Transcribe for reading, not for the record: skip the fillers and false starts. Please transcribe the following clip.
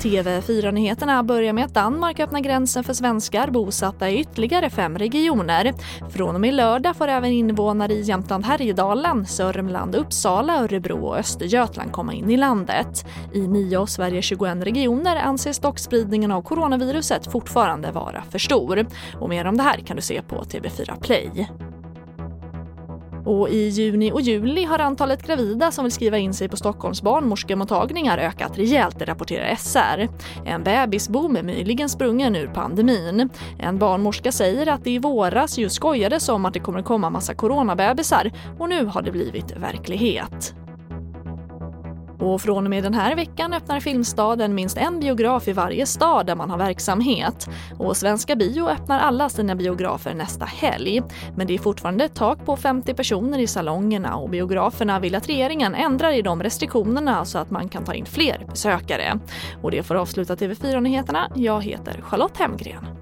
TV4-nyheterna börjar med att Danmark öppnar gränsen för svenskar bosatta i ytterligare 5 regioner. Från och med lördag får även invånare i Jämtland, Härjedalen, Sörmland, Uppsala, Örebro och Östergötland komma in i landet. I 9 av Sveriges 21 regioner anses dock spridningen av coronaviruset fortfarande vara för stor. Och mer om det här kan du se på TV4 Play. Och i juni och juli har antalet gravida som vill skriva in sig på Stockholms barnmorskemottagningar ökat rejält, rapporterar SR. En bebisboom är möjligen sprungen ur pandemin. En barnmorska säger att det i våras just skojades om att det kommer komma massa coronabebisar och nu har det blivit verklighet. Och från och med den här veckan öppnar Filmstaden minst en biograf i varje stad där man har verksamhet. Och Svenska Bio öppnar alla sina biografer nästa helg. Men det är fortfarande ett tak på 50 personer i salongerna och biograferna vill att regeringen ändrar i de restriktionerna så att man kan ta in fler besökare. Och det får avsluta TV4-nyheterna. Jag heter Charlotte Hemgren.